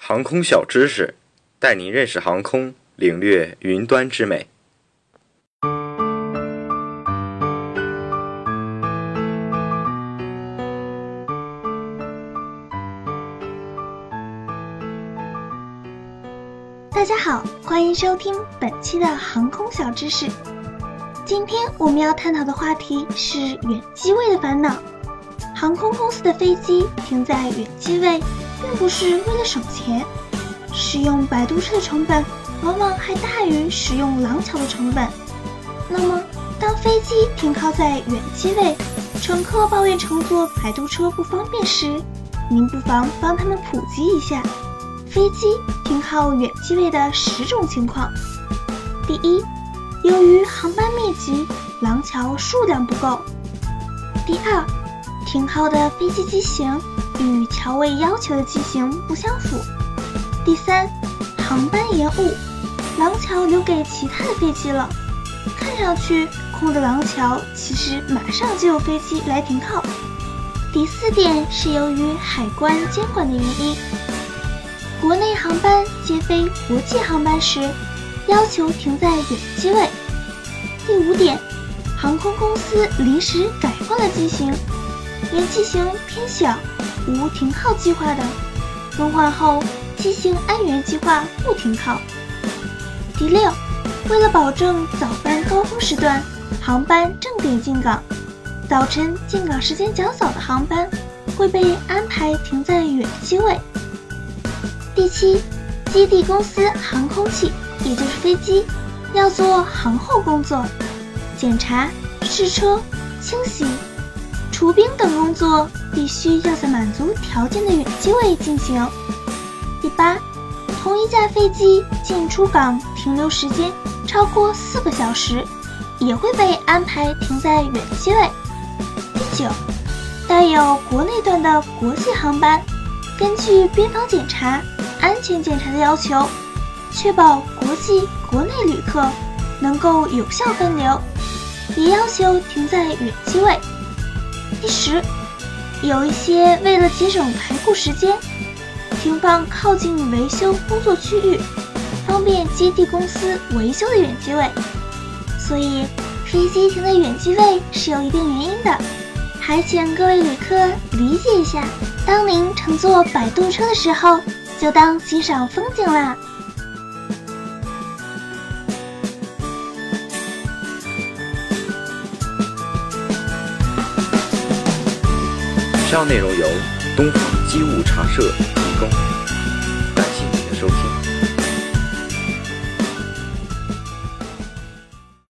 航空小知识，带您认识航空，领略云端之美。 大家好，欢迎收听本期的航空小知识。今天我们要探讨的话题是远机位的烦恼。航空公司的飞机停在远机位，并不是为了省钱，使用摆渡车的成本往往还大于使用廊桥的成本。那么，当飞机停靠在远机位，乘客抱怨乘坐摆渡车不方便时，您不妨帮他们普及一下飞机停靠远机位的10种情况。第一，由于航班密集，廊桥数量不够。第二，停靠的飞机机型与桥位要求的机型不相符。第三，航班延误，廊桥留给其他的飞机了，看上去空的廊桥其实马上就有飞机来停靠。第四点是由于海关监管的原因，国内航班接飞国际航班时要求停在远机位。第五点，航空公司临时改换了机型，原机型偏小无停靠计划的，更换后机型按原计划不停靠。第六，为了保证早班高峰时段航班正点进港，早晨进港时间较早的航班会被安排停在远机位。第七，基地公司航空器也就是飞机要做航后工作，检查、试车、清洗、除冰等工作必须要在满足条件的远机位进行。第八，同一架飞机进出港停留时间超过4个小时，也会被安排停在远机位。第九，带有国内段的国际航班，根据边防检查、安全检查的要求，确保国际、国内旅客能够有效分流，也要求停在远机位。第10，有一些为了节省排库时间，停放靠近维修工作区域，方便基地公司维修的远机位，所以飞机停在远机位是有一定原因的，还请各位旅客理解一下。当您乘坐摆渡车的时候，就当欣赏风景啦。 以上内容由东方机务茶社提供。